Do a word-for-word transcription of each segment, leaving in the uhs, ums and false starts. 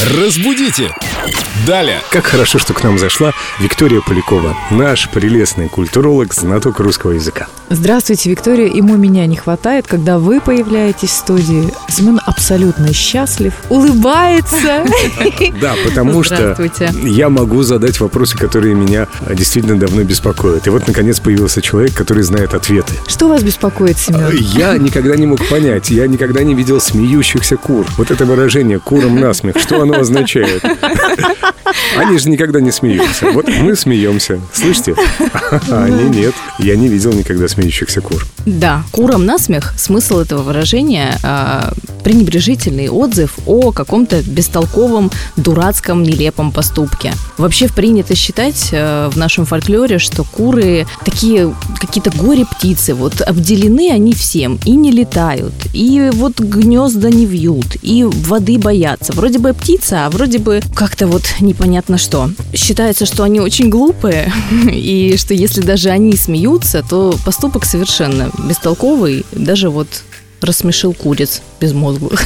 Разбудите! Далее! Как хорошо, что к нам зашла Виктория Полякова, наш прелестный культуролог, знаток русского языка. Здравствуйте, Виктория. Ему меня не хватает, когда вы появляетесь в студии. Семен абсолютно счастлив, улыбается. Да, потому что я могу задать вопросы, которые меня действительно давно беспокоят. И вот, наконец, появился человек, который знает ответы. Что вас беспокоит, Семен? Я никогда не мог понять, я никогда не видел смеющихся кур. Вот это выражение «курам насмех», что оно означает? Они же никогда не смеются. Вот мы смеемся. Слышите? А они нет. Я не видел никогда смеющихся кур. Да, курам насмех. Смысл этого выражения э, пренебрежительный отзыв о каком-то бестолковом, дурацком, нелепом поступке. Вообще принято считать э, в нашем фольклоре, что куры такие какие-то горе-птицы. Вот обделены они всем и не летают, и вот гнезда не вьют, и воды боятся. Вроде бы птица, а вроде бы как-то вот непонятно что. Считается, что они очень глупые, и что если даже они смеются, то поступок совершенно бестолковый, даже вот рассмешил куриц безмозглых.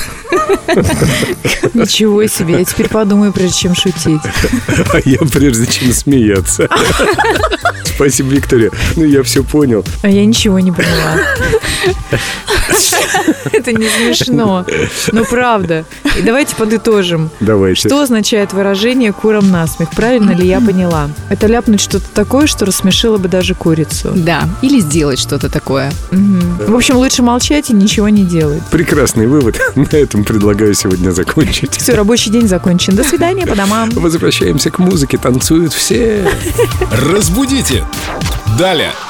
Ничего себе, я теперь подумаю, прежде чем шутить. А я прежде чем смеяться. Спасибо, Виктория. Ну, я все понял. А я ничего не поняла. Это не смешно. Но правда. И давайте подытожим. Давайте. Что означает выражение «курам насмех»? Правильно ли я поняла? Это ляпнуть что-то такое, что рассмешило бы даже курицу. Да, или сделать что-то такое. Угу. В общем, лучше молчать и ничего не делать. Прекрасный вывод. На этом предлагаю сегодня закончить. Все, рабочий день закончен. До свидания, по домам. Возвращаемся к музыке. Танцуют все. Разбудите! Далее!